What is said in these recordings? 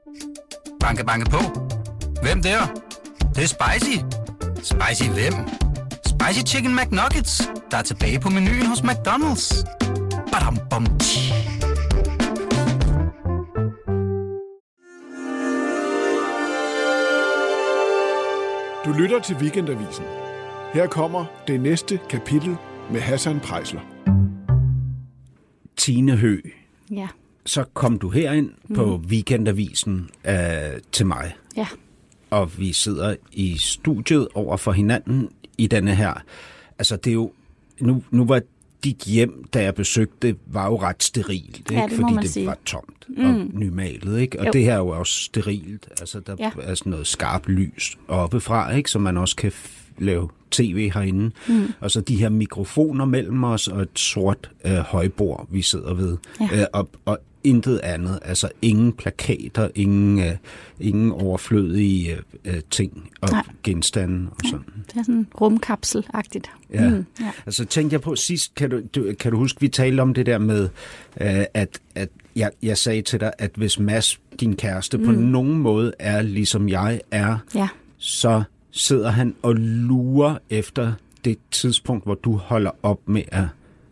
Banke, banke på. Hvem der? Det er spicy. Spicy hvem? Spicy Chicken McNuggets, der er tilbage på menuen hos McDonald's. Badum, bom, tji. Du lytter til Weekendavisen. Her kommer det næste kapitel med Hassan Preisler. Tine Høgh. Ja. Så kom du herind på Weekendavisen til mig. Ja. Og vi sidder i studiet over for hinanden i denne her. Altså det er jo, nu var dit hjem, da jeg besøgte, var jo ret sterilt, ikke? Ja, det Fordi det sige. var tomt og nymalet, ikke? Og jo. Det her er jo også sterilt. Altså der er sådan noget skarpt lys oppefra, ikke? Så man også kan lave tv herinde. Og så de her mikrofoner mellem os og et sort højbord, vi sidder ved. Ja. Og intet andet. Altså ingen plakater, ingen overflødige ting og genstande og sådan. Det er sådan rumkapselagtigt. Ja. Altså tænkte jeg på sidst, kan du huske, vi talte om det der med, at jeg sagde til dig, at hvis Mads, din kæreste, på nogen måde er ligesom jeg er, så sidder han og lurer efter det tidspunkt, hvor du holder op med at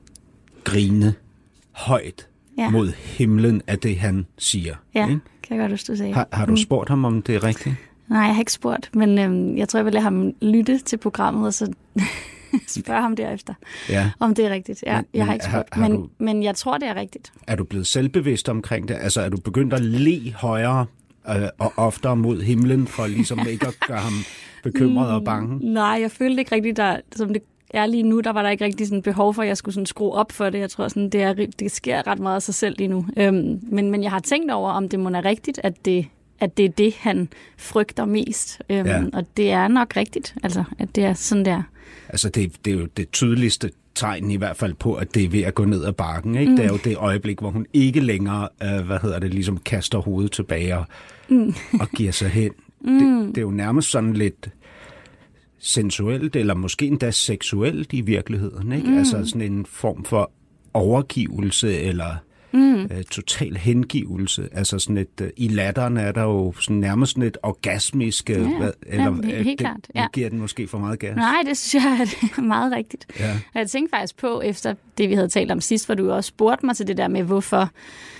grine højt mod himlen af det, han siger. Ja, ikke? kan jeg godt huske, du sagde. Har du spurgt ham, om det er rigtigt? Nej, jeg har ikke spurgt, men jeg tror, jeg vil lade ham lytte til programmet, og så spørge ham derefter, om det er rigtigt. Ja, jeg har ikke spurgt, men jeg tror, det er rigtigt. Er du blevet selvbevidst omkring det? Altså, er du begyndt at le højere og oftere mod himlen, for ligesom ikke at gøre ham bekymret og bange? Nej, jeg følte ikke rigtigt, som det er lige nu, der var der ikke rigtig sådan behov for, at jeg skulle sådan skrue op for det. Jeg tror, sådan, det sker ret meget af sig selv lige nu. Men jeg har tænkt over, om det må være rigtigt, at det er det, han frygter mest. Og det er nok rigtigt, altså, at det er sådan der. Altså, det er jo det tydeligste tegn i hvert fald på, at det er ved at gå ned ad bakken, ikke? Det er jo det øjeblik, hvor hun ikke længere, ligesom kaster hovedet tilbage og giver sig hen. Det er jo nærmest sådan lidt sensuelt, eller måske endda seksuelt i virkeligheden, ikke? Altså sådan en form for overgivelse, eller total hengivelse. Altså sådan et, i latteren er der jo sådan nærmest sådan et orgasmisk, helt klart. Nu giver den måske for meget gas. Nej, det synes jeg er meget rigtigt. Ja. Og jeg tænkte faktisk på, efter det vi havde talt om sidst, hvor du også spurgte mig til det der med, hvorfor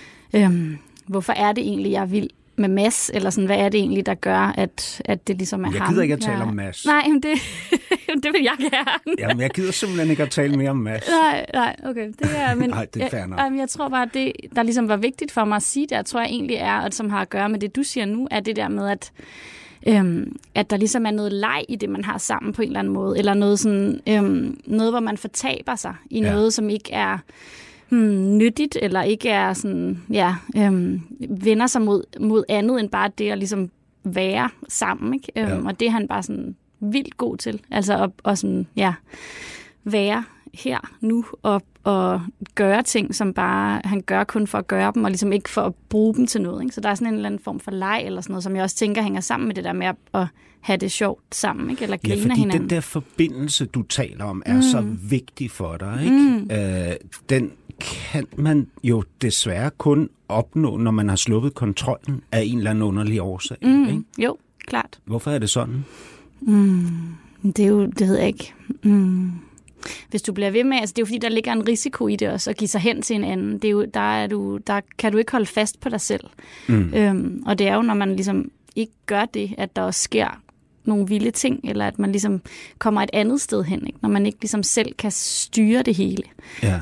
er det egentlig, jeg vil med Mads, eller sådan, hvad er det egentlig, der gør, at det ligesom er ham? Jeg gider ikke at tale om Mads. Nej, men det vil jeg gerne. Jamen, jeg gider simpelthen ikke at tale mere om Mads. Nej, okay. Det er, men, nej, det er fair nok. Jeg tror bare, at det, der ligesom var vigtigt for mig at sige, det tror jeg egentlig er, og som har at gøre med det, du siger nu, er det der med, at der ligesom er noget leg i det, man har sammen på en eller anden måde, eller noget, sådan, noget hvor man fortaber sig i noget, som ikke er nyttigt, eller ikke er sådan, vender sig mod andet, end bare det at ligesom være sammen, ikke? Og det er han bare sådan vildt god til, altså at sådan, være her nu, og gøre ting, som bare han gør kun for at gøre dem, og ligesom ikke for at bruge dem til noget, ikke? Så der er sådan en eller anden form for leg, eller sådan noget, som jeg også tænker hænger sammen med det der med at have det sjovt sammen, ikke? Eller grine af hinanden. Fordi den der forbindelse, du taler om, er så vigtig for dig, ikke? Den kan man jo desværre kun opnå, når man har sluppet kontrollen af en eller anden underlig årsag, ikke? Jo, klart. Hvorfor er det sådan? Det er jo, det ved jeg ikke. Hvis du bliver ved med, altså det er jo fordi, der ligger en risiko i det også, at give sig hen til en anden. Det er jo, der kan du ikke holde fast på dig selv. Og det er jo, når man ligesom ikke gør det, at der også sker nogle vilde ting, eller at man ligesom kommer et andet sted hen, ikke? Når man ikke ligesom selv kan styre det hele. Ja.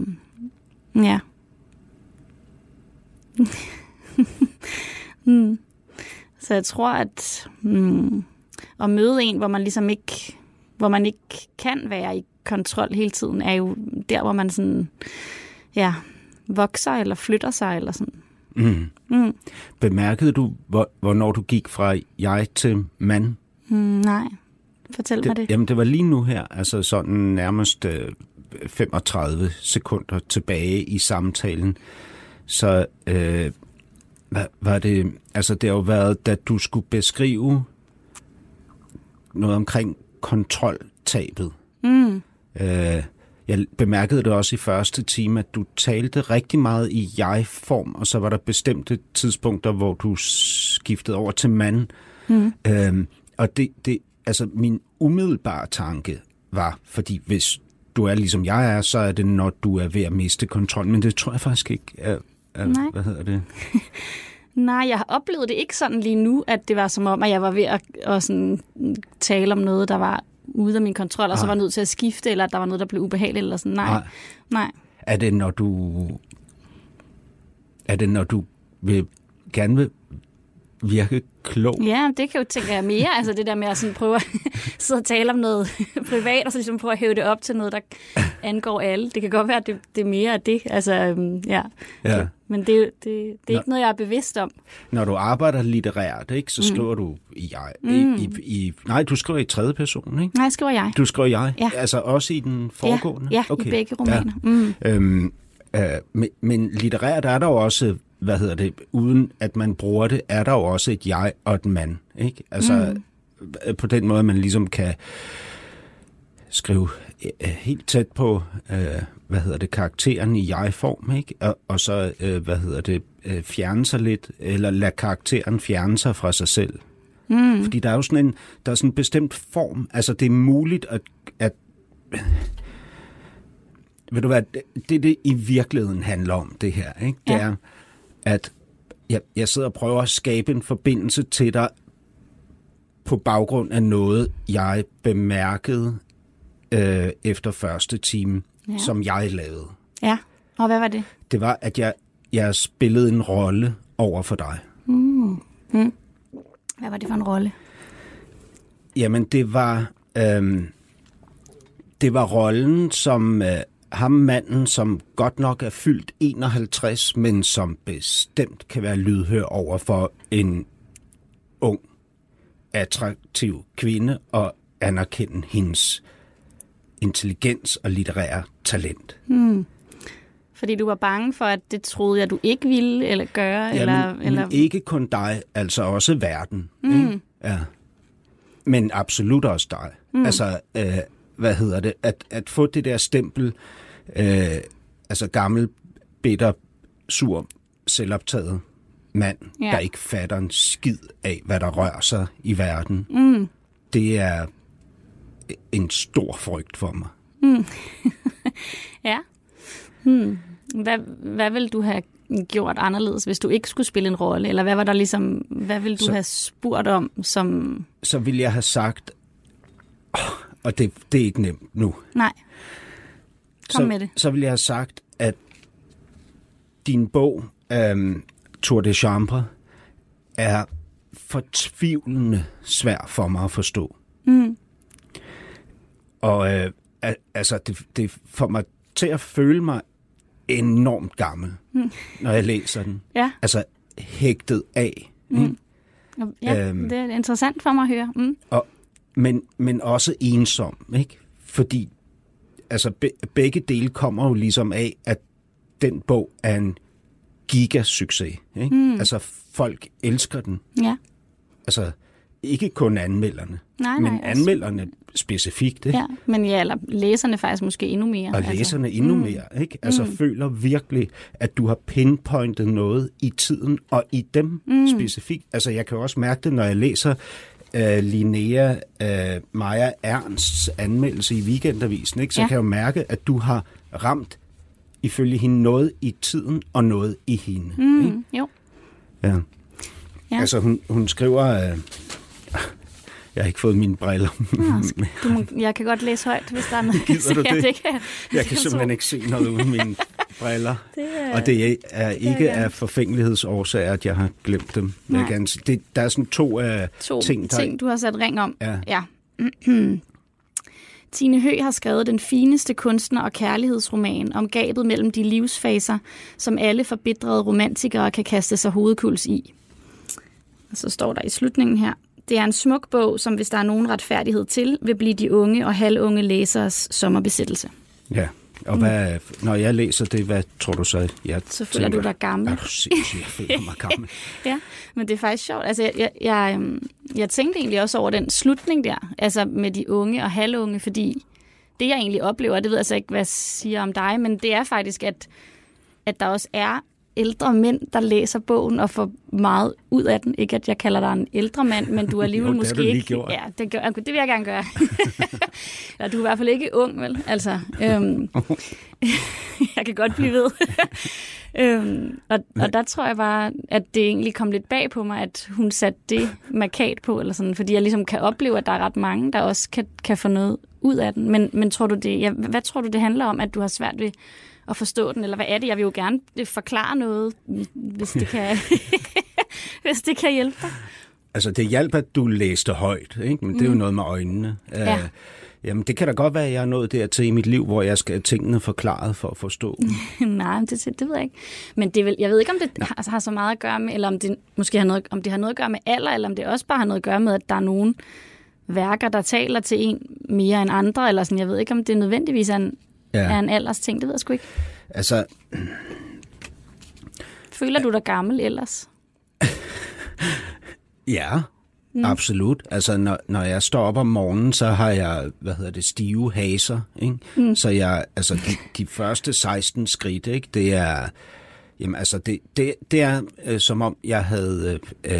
Så jeg tror, at at møde en, hvor man ligesom ikke, hvor man ikke kan være i kontrol hele tiden, er jo der, hvor man sådan, vokser eller flytter sig eller sådan. Bemærkede du, hvornår du gik fra jeg til mand? Nej. Fortæl mig det. Jamen, det var lige nu her, altså sådan nærmest 35 sekunder tilbage i samtalen. Så hvad var det? Altså, det har jo været, da du skulle beskrive noget omkring kontroltabet. Jeg bemærkede det også i første time, at du talte rigtig meget i jeg-form, og så var der bestemte tidspunkter, hvor du skiftet over til man. Og det, altså min umiddelbare tanke var, fordi hvis du er ligesom jeg er, så er det, når du er ved at miste kontrol. Men det tror jeg faktisk ikke er hvad hedder det? Nej, jeg har oplevet det ikke sådan lige nu, at det var som om, at jeg var ved at sådan tale om noget, der var ude af min kontrol, og så var nødt til at skifte, eller at der var noget, der blev ubehageligt, eller sådan. Nej. Er det, når du gerne vil virke klog? Ja, det kan jo tænke jeg mere. Altså det der med at sådan prøve at sidde og tale om noget privat, og så ligesom prøve at hæve det op til noget, der angår alle. Det kan godt være, at det er mere af det. Altså, ja. Men det er ikke noget, jeg er bevidst om. Når du arbejder litterært, ikke, så skriver du i jeg. Nej, du skriver i tredje person, ikke? Nej, jeg skriver jeg. Du skriver jeg? Ja. Altså også i den foregående? Ja, okay. I begge romaner. Ja. Men litterært er der jo også, uden at man bruger det, er der jo også et jeg og et man, ikke? Altså på den måde, man ligesom kan skrive helt tæt på, karakteren i jeg-form, ikke? Og så, fjerne sig lidt, eller lade karakteren fjerne sig fra sig selv. Fordi der er jo sådan en bestemt form, altså det er muligt at ved du hvad, det i virkeligheden handler om, det her, ikke? Det er, at jeg sidder og prøver at skabe en forbindelse til dig på baggrund af noget, jeg bemærkede efter første time, som jeg lavede. Ja, og hvad var det? Det var, at jeg spillede en rolle over for dig. Hvad var det for en rolle? Jamen, det var rollen som ham manden, som godt nok er fyldt 51, men som bestemt kan være lydhør over for en ung, attraktiv kvinde og anerkende hendes intelligens og litterære talent. Fordi du var bange for, at det troede jeg, du ikke ville eller gøre? Ja, men ikke kun dig, altså også verden. Ikke? Ja. Men absolut også dig. Altså, at få det der stempel, altså gammel, bitter, sur, selvoptaget mand, der ikke fatter en skid af, hvad der rører sig i verden. Det er en stor frygt for mig. Ja. Hvad ville du have gjort anderledes, hvis du ikke skulle spille en rolle? Eller hvad var der ligesom, hvad ville du have spurgt om, som... Så ville jeg have sagt, og det er ikke nemt nu. Nej. Kom med det. Så ville jeg have sagt, at din bog, Tour de Chambre, er fortvivlende svær for mig at forstå. Og altså, det får mig til at føle mig enormt gammel, når jeg læser den. Ja. Altså, hægtet af. Ja, det er interessant for mig at høre. Men også ensom, ikke? Fordi altså, begge dele kommer jo ligesom af, at den bog er en gigasucces. Ikke? Altså, folk elsker den. Ja. Altså, ikke kun anmelderne, men anmelderne specifikt. Ikke? Ja, men eller læserne faktisk måske endnu mere. Og læserne endnu mere, ikke? Altså føler virkelig, at du har pinpointet noget i tiden, og i dem specifikt. Altså jeg kan jo også mærke det, når jeg læser Linnea Maja Ernsts anmeldelse i Weekendavisen, ikke? Så kan jeg jo mærke, at du har ramt ifølge hende noget i tiden, og noget i hende. Ikke? Jo. Ja. Altså hun skriver... Jeg har ikke fået mine briller. Jeg kan godt læse højt, hvis der er noget. Gider du det? Jeg kan simpelthen ikke se noget uden mine briller. Og det er ikke af forfængelighedsårsager, at jeg har glemt dem. Jeg kan sige. Der er sådan to ting, du har sat ring om. Ja. Tine Høegh har skrevet den fineste kunstner- og kærlighedsroman om gabet mellem de livsfaser, som alle forbitrede romantikere kan kaste sig hovedkuls i. Og så står der i slutningen her: det er en smuk bog, som hvis der er nogen retfærdighed til, vil blive de unge og halvunge læseres sommerbesættelse. Ja, og når jeg læser det, hvad tror du så? Så føler du dig gammel. Er du sindssygt, jeg føler mig gammel. Ja, men det er faktisk sjovt. Altså, jeg tænkte egentlig også over den slutning der, altså med de unge og halvunge, fordi det, jeg egentlig oplever, det ved jeg altså ikke, hvad jeg siger om dig, men det er faktisk, at der også er ældre mænd, der læser bogen og får meget ud af den. Ikke at jeg kalder dig en ældre mand, men du er alligevel måske ikke... Gjort. Ja, det vil jeg gerne gøre. Ja, du er i hvert fald ikke ung, vel? Altså, jeg kan godt blive ved. Og der tror jeg bare, at det egentlig kom lidt bag på mig, at hun satte det markat på, eller sådan, fordi jeg ligesom kan opleve, at der er ret mange, der også kan få noget ud af den. Men tror du det, hvad tror du, det handler om, at du har svært ved at forstå den, eller hvad er det? Jeg vil jo gerne forklare noget, hvis det kan, hvis det kan hjælpe dig. Altså, det hjalp, at du læste højt, ikke? Men det er jo noget med øjnene. Ja. Jamen, det kan da godt være, at jeg er nået dertil i mit liv, hvor jeg skal have tingene forklaret for at forstå dem. Nej, det ved jeg ikke. Men det jeg ved ikke, om det har så meget at gøre med, eller om det måske har noget, om det har noget at gøre med alder, eller om det også bare har noget at gøre med, at der er nogle værker, der taler til en mere end andre, eller sådan. Jeg ved ikke, om det nødvendigvis er en alders ting. Det ved jeg sgu ikke. Altså... Føler du dig gammel ellers? Ja, absolut. Altså, når jeg står op om morgenen, så har jeg, stive haser, ikke? Så jeg, altså, de første 16 skridt, ikke? Det er, jamen, altså, det er som om, jeg havde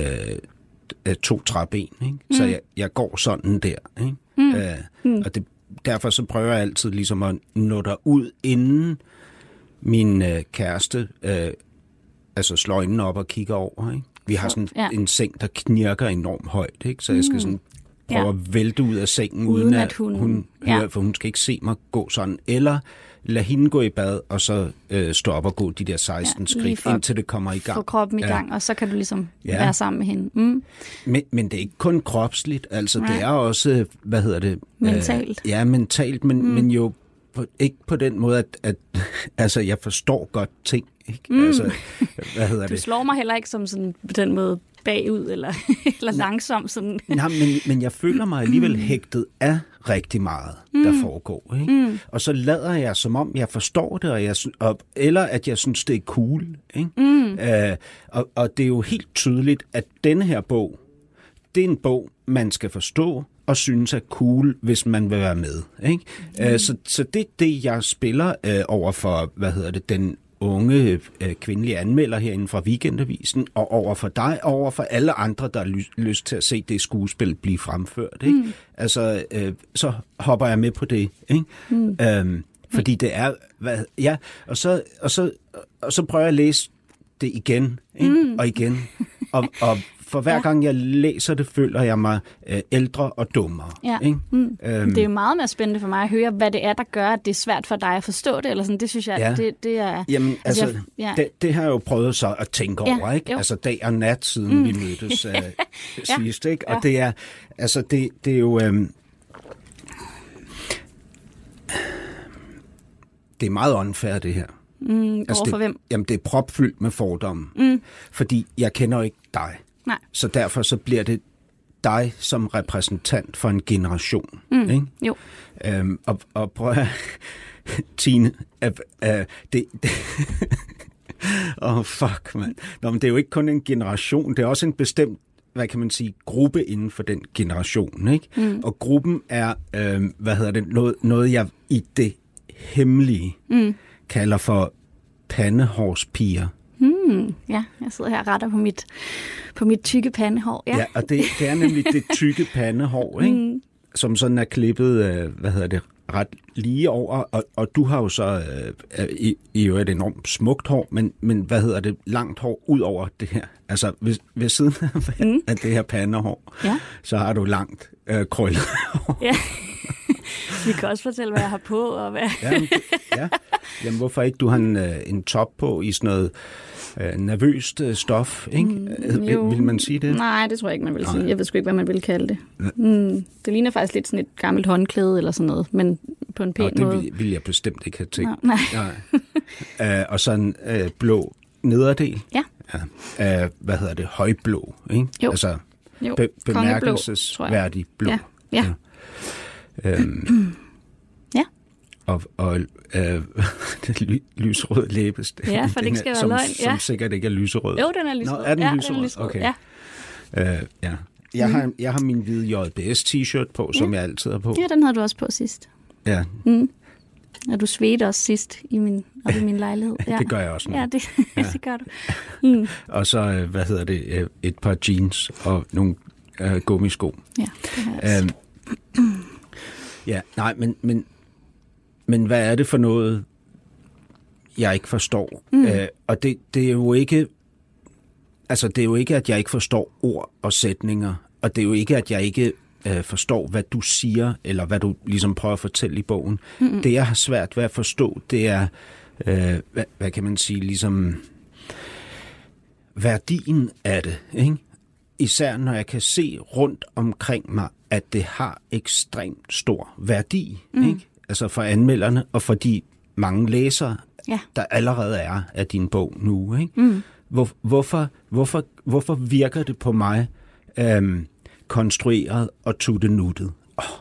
2 træben, ikke? Så jeg går sådan der, ikke? Og derfor så prøver jeg altid ligesom at nå derud, inden min kæreste slår øjnene op og kigger over, ikke? Vi har sådan en seng, der knirker enormt højt, ikke? Så jeg skal sådan prøve at vælte ud af sengen, uden at hun hører, for hun skal ikke se mig gå sådan. Eller lad hende gå i bad, og så stå op og gå de der 16 skridt, indtil det kommer i gang. Få kroppen i gang, og så kan du ligesom være sammen med hende. Men det er ikke kun kropsligt, altså det er også, mentalt. Mentalt, men jo ikke på den måde, at altså, jeg forstår godt ting. Ikke? Altså, du slår mig heller ikke som sådan på den måde bagud eller langsomt. Sådan. Nej, men jeg føler mig alligevel hægtet af rigtig meget, der foregår. Ikke? Og så lader jeg, som om jeg forstår det, eller at jeg synes, det er cool. Ikke? Og det er jo helt tydeligt, at denne her bog, det er en bog, man skal forstå og synes er cool, hvis man vil være med. Ikke? Så det er det, jeg spiller over for, den unge kvindelige anmelder herinde fra Weekendavisen, og over for dig, og over for alle andre, der har lyst til at se det skuespil blive fremført. Ikke? Altså, så hopper jeg med på det. Ikke? Fordi det er... Og så prøver jeg at læse det igen, ikke? Og igen. Og for hver gang jeg læser det, føler jeg mig ældre og dummere. Ja. Ikke? Det er jo meget mere spændende for mig at høre, hvad det er, der gør, at det er svært for dig at forstå det. Eller sådan. Det synes jeg, det er... Jamen, det har jeg jo prøvet så at tænke over, ikke? Altså dag og nat, siden vi mødtes sidst, ikke? Og det er... Altså, det er jo... det er meget unfair, det her. Overfor hvem? Jamen, det er propfyldt med fordomme. Fordi jeg kender jo ikke dig. Nej. Så derfor så bliver det dig som repræsentant for en generation. Ikke? Jo. Og prøv at Tine, fuck, mand. Nå, men det er jo ikke kun en generation, det er også en bestemt, hvad kan man sige, gruppe inden for den generation, ikke? Og gruppen er, noget jeg i det hemmelige kalder for pandehårspiger. Ja, jeg sidder her og retter på mit tykke pandehår. Ja, og det er nemlig det tykke pandehår, ikke? Som sådan er klippet, ret lige over, og du har jo så i øvrigt et enormt smukt hår, men langt hår ud over det her. Altså ved siden af det her pandehår, så har du langt krøllet hår. Ja. Vi kan også fortælle, hvad jeg har på. Og hvad... Jamen, hvorfor ikke? Du har en top på i sådan noget nervøst stof, ikke? Vil man sige det? Nej, det tror jeg ikke, man vil sige. Jeg ved sgu ikke, hvad man vil kalde det. Det ligner faktisk lidt sådan et gammelt håndklæde eller sådan noget, men på en pæn måde. Det vil jeg bestemt ikke have tænkt. Nej. Og så en blå nederdel. Ja. Højblå, ikke? Jo. Altså, bemærkelsesværdig blå. Ja. Og lysrød læbestift. Ja, for det ikke skal være løgn. Som sikkert ikke er lyserød. Jo, den er lyserød. Nå, er den lyserød? Den er lyserød. Okay. Ja. Jeg har min hvide JBS t-shirt på, som jeg altid har på. Ja, den havde du også på sidst. Ja. Og du svedte også sidst i min lejlighed. Ja. Det gør jeg også nu. Ja, det gør du. Og så, et par jeans og nogle gummisko. Ja, det har jeg også. Ja, nej, men hvad er det for noget, jeg ikke forstår? Og det er jo ikke... Altså, det er jo ikke, at jeg ikke forstår ord og sætninger, og det er jo ikke, at jeg ikke forstår, hvad du siger, eller hvad du ligesom prøver at fortælle i bogen. Det, jeg har svært ved at forstå, det er, hvad kan man sige, ligesom værdien af det, ikke? Især når jeg kan se rundt omkring mig, at det har ekstremt stor værdi, ikke? Altså for anmelderne og for de mange læsere, der allerede er af din bog nu, ikke? Hvorfor virker det på mig konstrueret og tuttenuttet?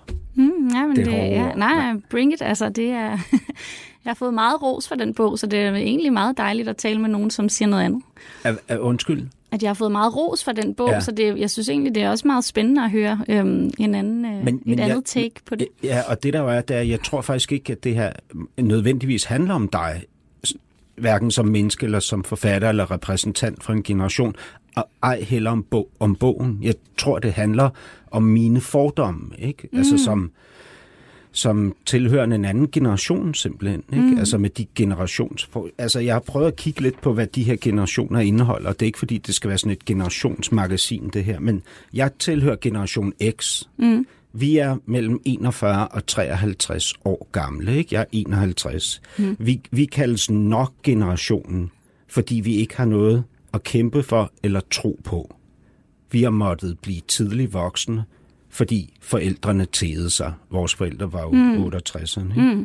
Bring it. Altså, det er... Jeg har fået meget ros for den bog, så det er egentlig meget dejligt at tale med nogen, som siger noget andet. Undskyld? At jeg har fået meget ros for den bog, så jeg synes egentlig, det er også meget spændende at høre et andet take på det. Ja, og det der jo er, jeg tror faktisk ikke, at det her nødvendigvis handler om dig, hverken som menneske eller som forfatter eller repræsentant for en generation, og ej heller om bogen. Jeg tror, det handler om mine fordomme, ikke? Altså som tilhørende en anden generation simpelthen, ikke? Altså med de altså jeg har prøvet at kigge lidt på, hvad de her generationer indeholder. Det er ikke fordi, det skal være sådan et generationsmagasin, det her, men jeg tilhører generation X. Vi er mellem 41 og 53 år gamle, ikke? Jeg er 51. Vi kaldes nok generationen, fordi vi ikke har noget at kæmpe for eller tro på. Vi har måttet blive tidlig voksne, fordi forældrene tædede sig. Vores forældre var jo 68'erne.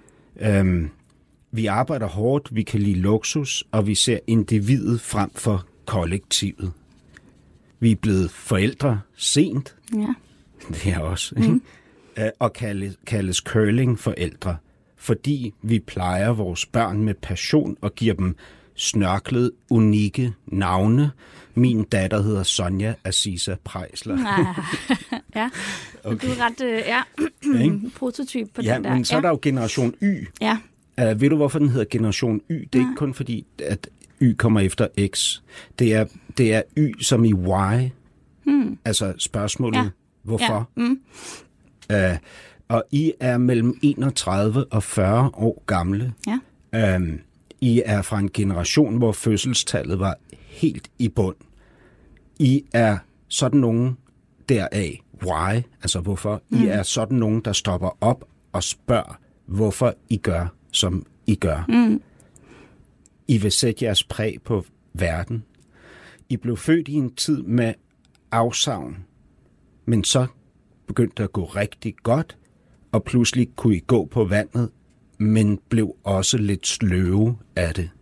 Vi arbejder hårdt, vi kan lide luksus, og vi ser individet frem for kollektivet. Vi er blevet forældre sent. Ja. Det er også. Og kaldes curling-forældre, fordi vi plejer vores børn med passion og giver dem snørklede, unikke navne. Min datter hedder Sonja Aziza Preisler. Ja, okay. Du er ret prototyp på den der. Men så er der jo generation Y. Ja. Ved du, hvorfor den hedder generation Y? Det er ikke kun fordi, at Y kommer efter X. Det er Y som i Y. Altså spørgsmålet, hvorfor? Ja. Og I er mellem 31 og 40 år gamle. Ja. I er fra en generation, hvor fødselstallet var helt i bund. I er sådan nogen deraf, why, altså hvorfor. I er sådan nogen, der stopper op og spørger, hvorfor I gør, som I gør. I vil sætte jeres præg på verden. I blev født i en tid med afsavn, men så begyndte det at gå rigtig godt, og pludselig kunne I gå på vandet, men blev også lidt sløve af det.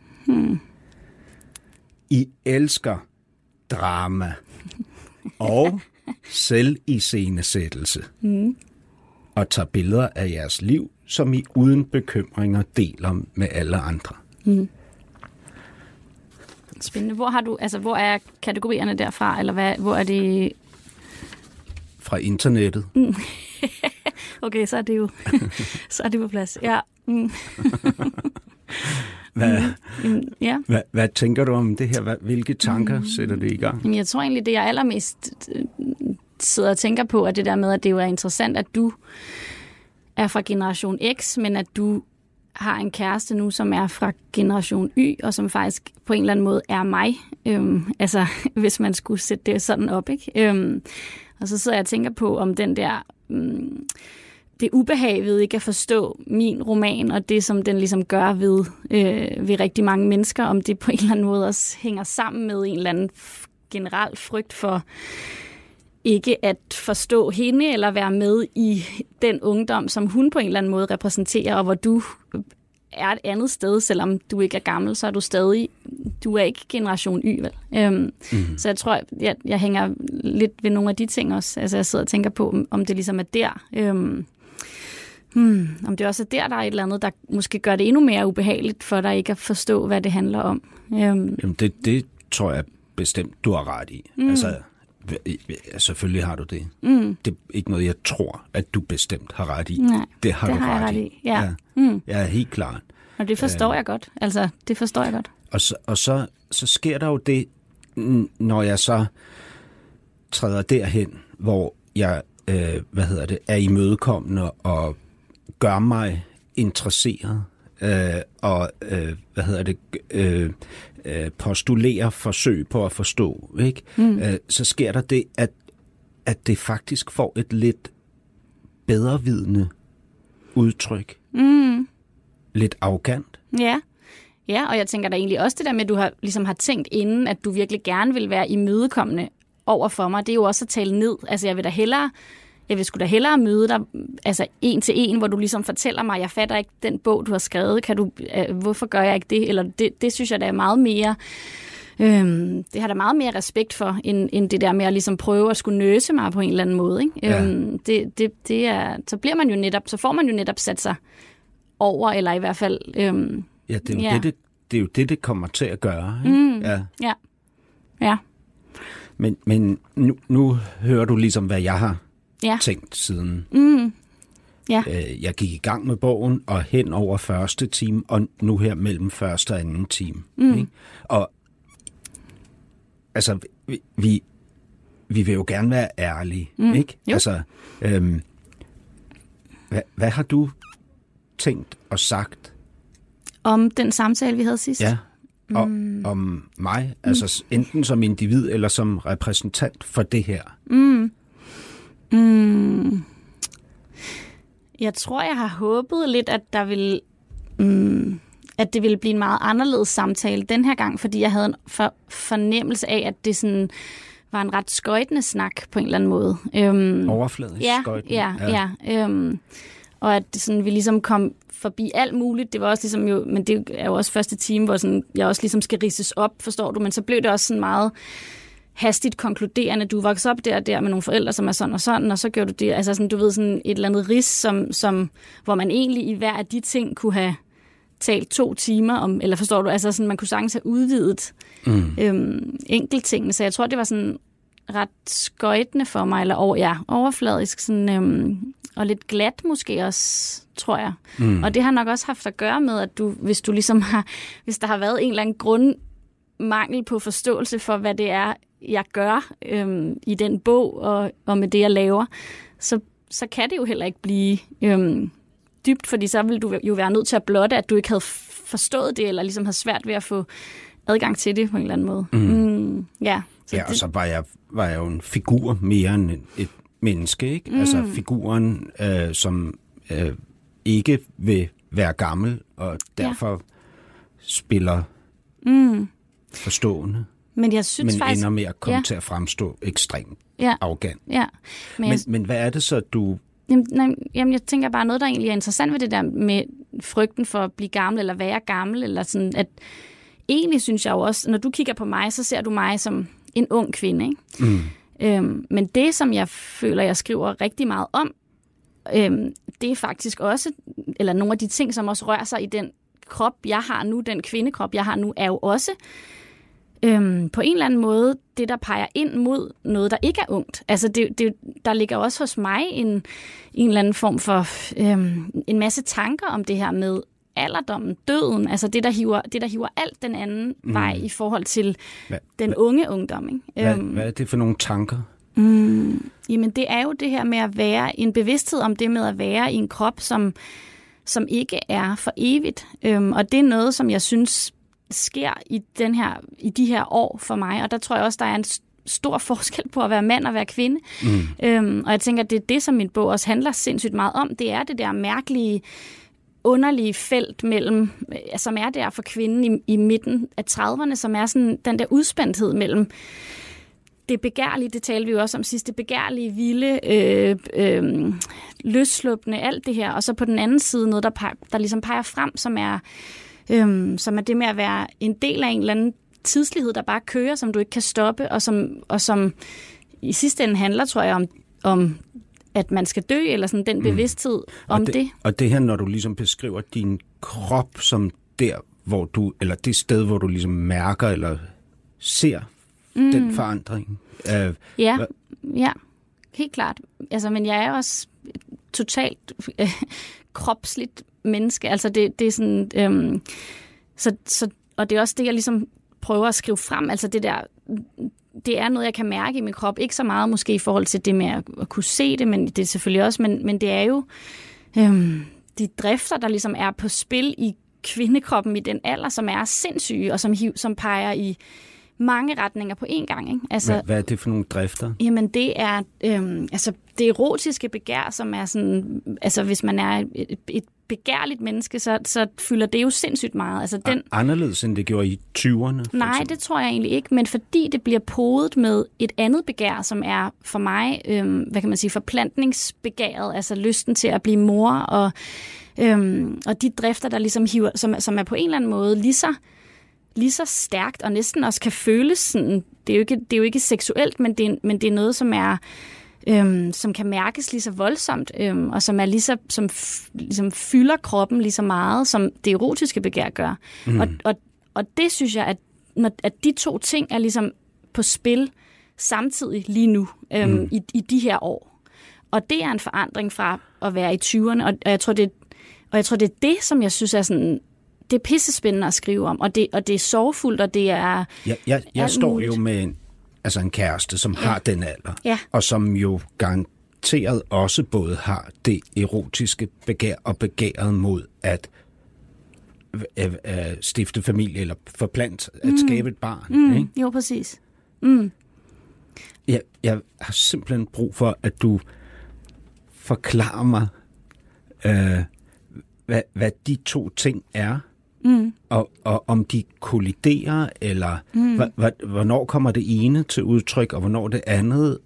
I elsker drama og selviscenesættelse og tager billeder af jeres liv, som I uden bekymringer deler med alle andre. Spændende. Hvor er kategorierne derfra, eller hvor er det? Fra internettet. Okay, så er det jo så er det på plads. Ja. Hvad tænker du om det her? Hvilke tanker sætter det i gang? Jeg tror egentlig, det jeg allermest sidder og tænker på, er det der med, at det jo er interessant, at du er fra generation X, men at du har en kæreste nu, som er fra generation Y, og som faktisk på en eller anden måde er mig. Altså, hvis man skulle sætte det sådan op, ikke? Og så sidder jeg og tænker på, om den der... det ubehag ved ikke at forstå min roman, og det, som den ligesom gør ved rigtig mange mennesker, om det på en eller anden måde også hænger sammen med en eller anden generel frygt for ikke at forstå hende, eller være med i den ungdom, som hun på en eller anden måde repræsenterer, og hvor du er et andet sted, selvom du ikke er gammel, så er du stadig, du er ikke generation Y, vel? Så jeg tror, jeg hænger lidt ved nogle af de ting også. Altså jeg sidder og tænker på, om det ligesom er der. Om det også er der er et eller andet, der måske gør det endnu mere ubehageligt for dig ikke at forstå, hvad det handler om. Jamen det tror jeg bestemt, du har ret i. Altså, Selvfølgelig har du det. Det er ikke noget, jeg tror, at du bestemt har ret i. Nej, det har du ret i. Ja. Jeg er helt klar. Og det forstår jeg godt. Altså, det forstår jeg godt. Og så sker der jo det, når jeg så træder derhen, hvor jeg er imødekommende og gør mig interesseret og postulerer forsøg på at forstå, ikke? Så sker der det, at det faktisk får et lidt bedrevidende udtryk. Lidt arrogant. Ja, og jeg tænker da egentlig også det der med, at du ligesom har tænkt inden, at du virkelig gerne vil være imødekommende over for mig. Det er jo også at tale ned. Altså, jeg vil sgu da hellere møde dig, altså en til en, hvor du ligesom fortæller mig, jeg fatter ikke den bog, du har skrevet. Hvorfor gør jeg ikke det? Eller det synes jeg, der er meget mere. Det har der meget mere respekt for, end det der med at ligesom prøve at skulle nøse mig på en eller anden måde. Ikke? Ja. Så bliver man jo netop, så får man jo netop sat sig over, eller i hvert fald. Det er jo det kommer til at gøre. Ikke? Ja. Men nu hører du ligesom, hvad jeg har tænkt siden. Jeg gik i gang med bogen, og hen over første time, og nu her mellem første og anden time. Ikke? Og altså, vi vil jo gerne være ærlige, ikke? Jo. Altså, hvad har du tænkt og sagt? Om den samtale, vi havde sidst? Ja, og om mig, altså enten som individ eller som repræsentant for det her. Jeg tror, jeg har håbet lidt, at der vil, at det ville blive en meget anderledes samtale den her gang, fordi jeg havde en fornemmelse af, at det sådan var en ret skøjtende snak på en eller anden måde. Overfladisk skøjtende. Ja. Og at sådan, vi ligesom kom forbi alt muligt. Det var også ligesom jo, men det er jo også første time, hvor sådan, jeg også ligesom skal ridses op, forstår du? Men så blev det også sådan meget hastigt konkluderende. Du voksede op der med nogle forældre, som er sådan og sådan, og så gjorde du det. Altså sådan, du ved, sådan et eller andet rids, hvor man egentlig i hver af de ting kunne have talt 2 timer om, eller forstår du? Altså sådan, man kunne sagtens have udvidet enkelttingene. Så jeg tror, det var sådan ret skøjtende for mig, eller overfladisk, sådan, og lidt glat måske også, tror jeg. Og det har nok også haft at gøre med, at hvis der har været en eller anden grundmangel på forståelse for, hvad det er, jeg gør i den bog, og med det, jeg laver, så kan det jo heller ikke blive dybt, fordi så vil du jo være nødt til at blotte, at du ikke havde forstået det, eller ligesom havde svært ved at få adgang til det på en eller anden måde. Og så var jeg jo en figur mere end et menneske, ikke? Altså figuren, som ikke vil være gammel, og derfor spiller forstående. Men jeg synes faktisk, ender med at komme til at fremstå ekstremt arrogant. Ja. Men hvad er det så, du... Jamen, jeg tænker bare noget, der egentlig er interessant ved det der med frygten for at blive gammel, eller være gammel, eller sådan, at egentlig synes jeg jo også, når du kigger på mig, så ser du mig som en ung kvinde, ikke? Men det, som jeg føler, jeg skriver rigtig meget om, det er faktisk også, eller nogle af de ting, som også rører sig i den krop, jeg har nu, den kvindekrop, jeg har nu, er jo også på en eller anden måde det, der peger ind mod noget, der ikke er ungt. Altså, der ligger også hos mig en eller anden form for en masse tanker om det her med alderdommen, døden, altså det, der hiver alt den anden vej i forhold til den unge ungdom. Ikke? Hvad er det for nogle tanker? Jamen, det er jo det her med at være en bevidsthed om det med at være i en krop, som ikke er for evigt. Og det er noget, som jeg synes sker i de her år for mig, og der tror jeg også, der er en stor forskel på at være mand og være kvinde. Og jeg tænker, at det er det, som min bog også handler sindssygt meget om. Det er det der mærkelige, underlige felt mellem, som er der for kvinden i midten af 30'erne, som er sådan den der udspændthed mellem det begærlige, det talte vi jo også om sidst, det begærlige, vilde, løsslupne, alt det her, og så på den anden side noget, der ligesom peger frem, som er det med at være en del af en eller anden tidslighed, der bare kører, som du ikke kan stoppe, og som i sidste ende handler, tror jeg, om at man skal dø, eller sådan den bevidsthed om det. Og det her, når du ligesom beskriver din krop som der, hvor du, eller det sted, hvor du ligesom mærker, eller ser den forandring. Ja, helt klart. Altså, men jeg er også totalt kropsligt menneske. Altså, det er sådan... og det er også det, jeg ligesom prøver at skrive frem. Altså, det er noget, jeg kan mærke i min krop. Ikke så meget måske i forhold til det med at kunne se det, men det er selvfølgelig også... Men det er jo de drifter, der ligesom er på spil i kvindekroppen i den alder, som er sindssyge, og som peger i mange retninger på én gang. Ikke? Altså, hvad er det for nogle drifter? Jamen, det er det erotiske begær, som er sådan... Altså, hvis man er et begærligt menneske, så fylder det jo sindssygt meget. Altså, anderledes, end det gjorde i 20'erne? Nej, det tror jeg egentlig ikke, men fordi det bliver podet med et andet begær, som er for mig, hvad kan man sige, forplantningsbegæret, altså lysten til at blive mor, og de drifter, der ligesom hiver, som er på en eller anden måde lige så stærkt, og næsten også kan føles sådan, det er jo ikke seksuelt, men det er noget, som er som kan mærkes lige så voldsomt, og som er ligesom fylder kroppen lige så meget, som det erotiske begær gør. Og det synes jeg, at de to ting er ligesom på spil samtidig lige nu, i de her år. Og det er en forandring fra at være i 20'erne, og jeg tror, det er det, som jeg synes er sådan... Det er pissespændende at skrive om, og det er sorgfuldt, og det er... Jeg står jo med en kæreste, som har den alder, og som jo garanteret også både har det erotiske begær og begæret mod at stifte familie eller forplant, at skabe et barn. Ikke? Jo, præcis. Jeg har simpelthen brug for, at du forklarer mig, hvad de to ting er, og om de kolliderer, eller hvornår kommer det ene til udtryk, og hvornår det andet.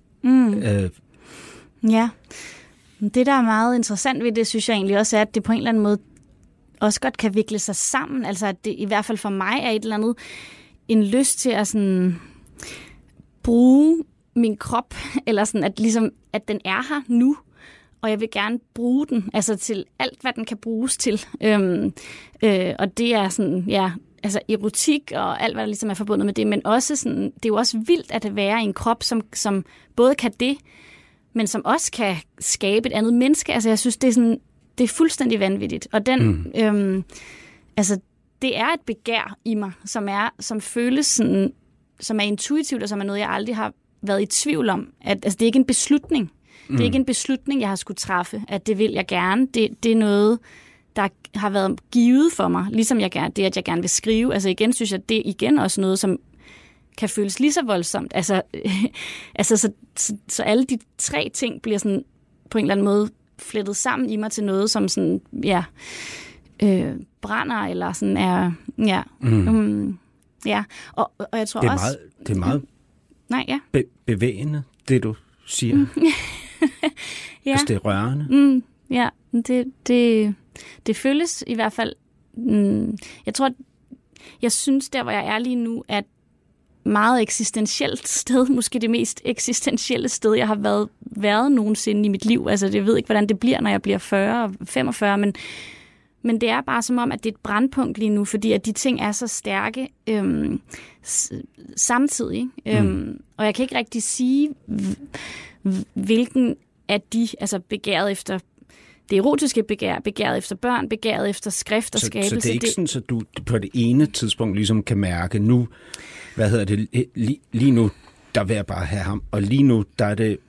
Ja, det der er meget interessant ved det, synes jeg egentlig også er, at det på en eller anden måde også godt kan vikle sig sammen. Altså at det i hvert fald for mig er et eller andet en lyst til at sådan bruge min krop, eller sådan at ligesom at den er her nu, og jeg vil gerne bruge den, altså til alt, hvad den kan bruges til. Og det er sådan, altså erotik og alt, hvad der ligesom er forbundet med det, men også sådan, det er jo også vildt at være i en krop, som både kan det, men som også kan skabe et andet menneske. Altså jeg synes, det er fuldstændig vanvittigt. Og den, altså det er et begær i mig, som føles sådan, som er intuitivt, og som er noget, jeg aldrig har været i tvivl om. Altså det er ikke en beslutning. Det er ikke en beslutning, jeg har skulle træffe, at det vil jeg gerne. Det er noget, der har været givet for mig, ligesom det, at jeg gerne vil skrive. Altså igen synes jeg, det er igen også noget, som kan føles lige så voldsomt. Altså så alle de tre ting bliver sådan på en eller anden måde flettet sammen i mig til noget, som sådan, brænder, eller sådan er, og jeg tror også... Det er meget bevægende, det du siger. Altså, det er rørende. Det føles i hvert fald... Jeg synes, der hvor jeg er lige nu, er et meget eksistentielt sted, måske det mest eksistentielle sted, jeg har været nogensinde i mit liv. Altså, jeg ved ikke, hvordan det bliver, når jeg bliver 40 og 45, men det er bare som om, at det er et brandpunkt lige nu, fordi at de ting er så stærke samtidig. Og jeg kan ikke rigtig sige, hvilken af de, altså begæret efter det erotiske begær, begæret efter børn, begæret efter skrift og skabelse. Så det er ikke sådan, at du på det ene tidspunkt ligesom kan mærke, nu, lige nu, der vil jeg bare have ham, og lige nu, der er det,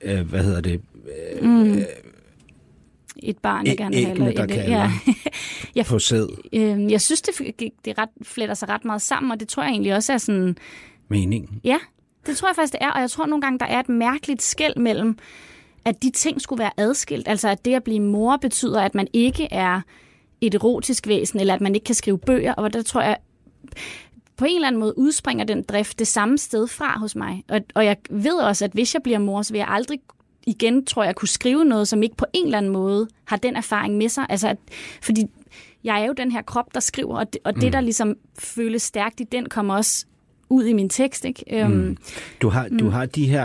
et barn, jeg gerne vil have. Æggene, der kalder på sæd. Jeg synes, det fletter sig ret meget sammen, og det tror jeg egentlig også er sådan... Meningen. Ja, det tror jeg faktisk, det er, og jeg tror nogle gange, der er et mærkeligt skel mellem, at de ting skulle være adskilt. Altså, at det at blive mor betyder, at man ikke er et erotisk væsen, eller at man ikke kan skrive bøger, og der tror jeg, på en eller anden måde udspringer den drift det samme sted fra hos mig. Og jeg ved også, at hvis jeg bliver mor, så vil jeg aldrig igen, tror jeg, kunne skrive noget, som ikke på en eller anden måde har den erfaring med sig. Altså, fordi jeg er jo den her krop, der skriver, og det, der ligesom føles stærkt i den, kommer også ud i min tekst, ikke? Du har de her...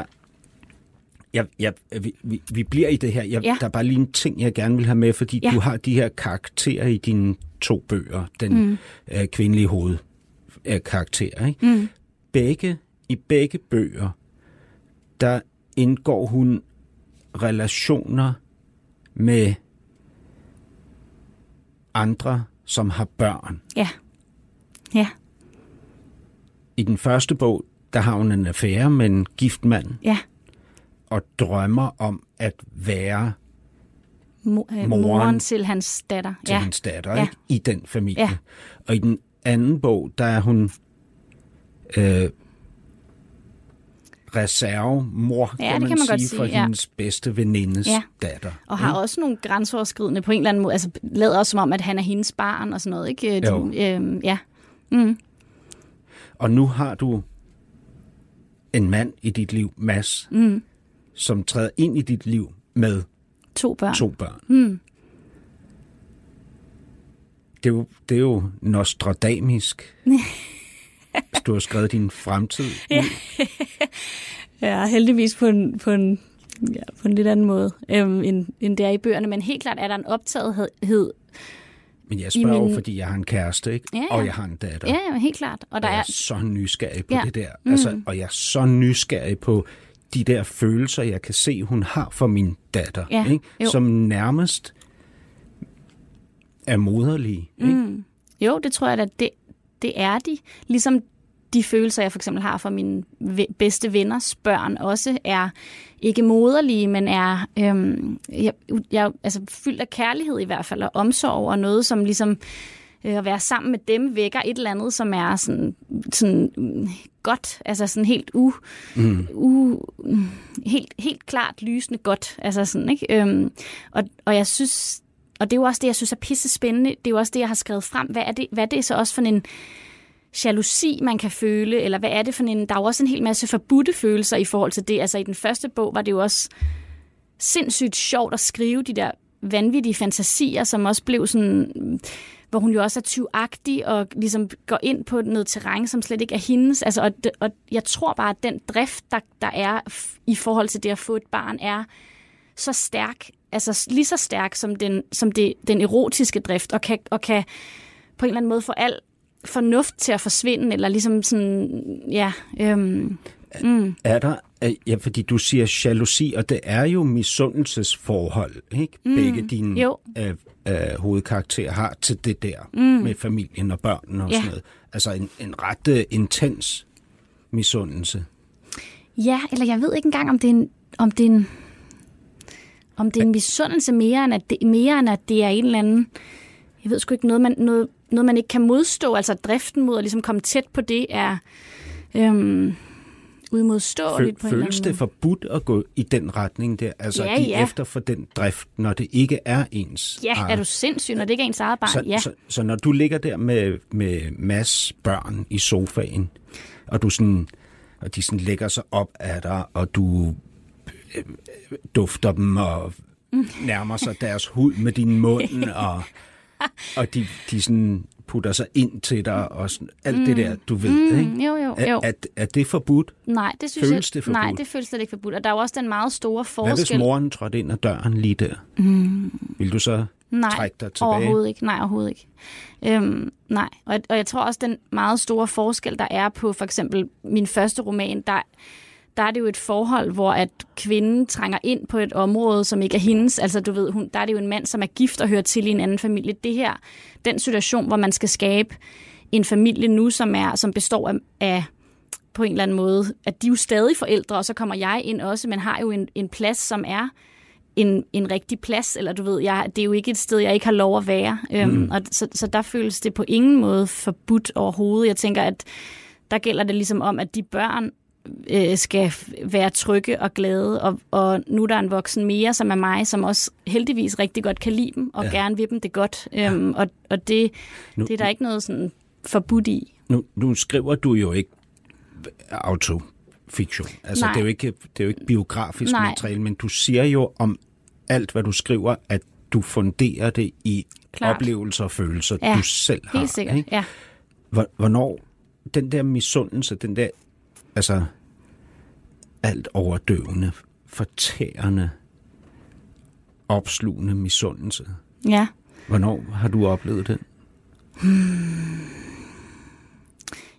Vi bliver i det her. Der er bare lige en ting, jeg gerne vil have med, fordi du har de her karakterer i dine 2 bøger, den kvindelige hovedkarakter, ikke? Begge i begge bøger, der indgår hun relationer med andre, som har børn. Ja. Ja. I den første bog, der har hun en affære med en gift mand. Ja. Og drømmer om at være moren til hans datter. Til hans datter, ja. Ikke? I den familie. Ja. Og i den anden bog, der er hun reservemor, kan man sige, for hendes bedste venindes datter. Og har også nogle grænseoverskridende på en eller anden måde. Altså lader også som om, at han er hendes barn og sådan noget. Ikke? Ja. Mm. Og nu har du en mand i dit liv, Mads, som træder ind i dit liv med 2 børn. 2 børn. Mm. Det er jo nostradamisk. Du har skrevet din fremtid ud. Ja, heldigvis på en lidt anden måde, end det er i bøgerne. Men helt klart er der en optagethed. Men jeg spørger jo, fordi jeg har en kæreste, ikke? Ja. Og jeg har en datter. Ja, helt klart. Og jeg er så nysgerrig på det der. Altså, og jeg er så nysgerrig på de der følelser, jeg kan se, hun har for min datter. Ikke? Som nærmest er moderlige. Ikke? Jo, det tror jeg, at det er de. Ligesom de følelser, jeg for eksempel har for mine bedste venners børn, også er ikke moderlige, men er jeg altså fyldt af kærlighed i hvert fald, og omsorg over noget, som ligesom at være sammen med dem vækker et eller andet, som er sådan godt, altså sådan helt helt klart lysende godt, altså sådan, ikke? Og jeg synes, og det er jo også det, jeg synes er pisse spændende, det er jo også det, jeg har skrevet frem. Hvad er det så også for en jalousi, man kan føle, eller hvad er det for en... Der er jo også en hel masse forbudte følelser i forhold til det. Altså i den første bog var det jo også sindssygt sjovt at skrive de der vanvittige fantasier, som også blev sådan... Hvor hun jo også er tyvagtig og ligesom går ind på noget terræn, som slet ikke er hendes. Altså, og jeg tror bare, at den drift, der er i forhold til det at få et barn, er så stærk, altså lige så stærk som den erotiske drift, og kan på en eller anden måde få al fornuft til at forsvinde, eller ligesom sådan, Er der, fordi du siger jalousi, og det er jo misundelsesforhold, ikke? Begge dine hovedkarakterer har til det der med familien og børnene og sådan noget. Altså en ret intens misundelse. Ja, eller jeg ved ikke engang, om det er en misundelse mere end at det er en eller anden, jeg ved sgu ikke, noget man ikke kan modstå, altså driften mod at ligesom komme tæt på det er udmodståeligt på en eller anden måde. Føles det forbudt at gå i den retning der? Altså give efter for den drift, når det ikke er ens er du sindssyg, når det ikke er ens eget barn? Så når du ligger der med Mads børn i sofaen, og du sådan, og de sådan lægger sig op af dig, og du dufter dem og nærmer sig deres hud med din mund, og de sådan putter sig ind til dig, og sådan, alt det der, du ved, ikke? Jo. Er det forbudt? Nej, det synes føles det forbudt? Nej, det føles det ikke forbudt. Og der er jo også den meget store forskel. Hvad hvis moren trådte ind ad døren lige der? Vil du så trække dig tilbage? Overhovedet ikke. Nej, og jeg tror også, den meget store forskel, der er på for eksempel min første roman, der er det jo et forhold, hvor at kvinden trænger ind på et område, som ikke er hendes. Altså du ved, der er det jo en mand, som er gift og hører til i en anden familie. Det her, den situation, hvor man skal skabe en familie nu, som består af på en eller anden måde, at de er jo stadig forældre, og så kommer jeg ind også, men har jo en plads, som er en rigtig plads, eller du ved, det er jo ikke et sted, jeg ikke har lov at være. Og så der føles det på ingen måde forbudt overhovedet. Jeg tænker, at der gælder det ligesom om, at de børn skal være trygge og glade, og nu er der en voksen mere, som er mig, som også heldigvis rigtig godt kan lide dem, og gerne vil dem det godt. Og det er der ikke noget sådan forbudt i. Nu skriver du jo ikke autofiktion. Altså, det er jo ikke biografisk materiale, men du siger jo om alt, hvad du skriver, at du funderer det i oplevelser og følelser, du selv har. Helt sikkert, ikke? Hvornår den der misundelse, den der altså alt overdøvende, fortærende, opslugende misundelse. Ja. Hvornår har du oplevet det?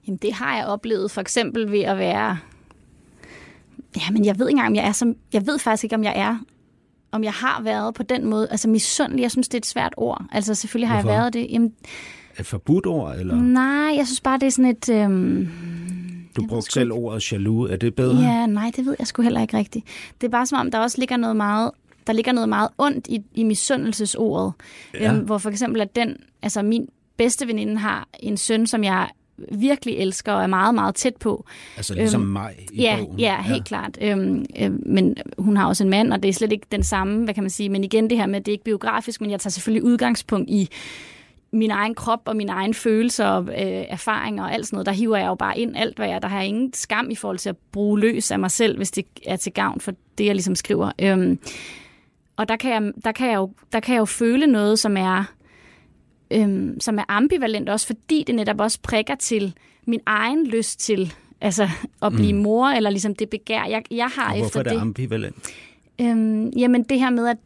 Jamen, det har jeg oplevet for eksempel ved at være... Ja, men jeg ved ikke engang, om jeg er som... Jeg ved faktisk ikke, om jeg har været på den måde. Altså misundelig, jeg synes, det er et svært ord. Altså selvfølgelig har Hvorfor? jeg været det. Jamen, Et forbudt ord, eller? nej, jeg synes bare, det er sådan et... Du brugte selv ordet jaloux. Er det bedre? Ja, nej, det ved jeg sgu heller ikke rigtigt. Det er bare som om, der også ligger noget meget... Der ligger noget meget ondt i misundelsesordet. Ja. Hvor for eksempel, at min bedste veninde har en søn, som jeg virkelig elsker og er meget, meget tæt på. Altså ligesom mig i bogen. Ja, helt klart. Men hun har også en mand, og det er slet ikke den samme, hvad kan man sige. Men igen, det her med, det er ikke biografisk, men jeg tager selvfølgelig udgangspunkt i min egen krop og mine egne følelser og erfaringer og alt sådan noget. Der hiver jeg jo bare ind alt, hvad jeg... Der har jeg ingen skam i forhold til at bruge løs af mig selv, hvis det er til gavn for det, jeg ligesom skriver. Og der kan jeg jo føle noget, som er ambivalent også, fordi det netop også prikker til min egen lyst til at blive mor, eller ligesom det begær, jeg har og efter det. Hvorfor er det ambivalent? Jamen det her med,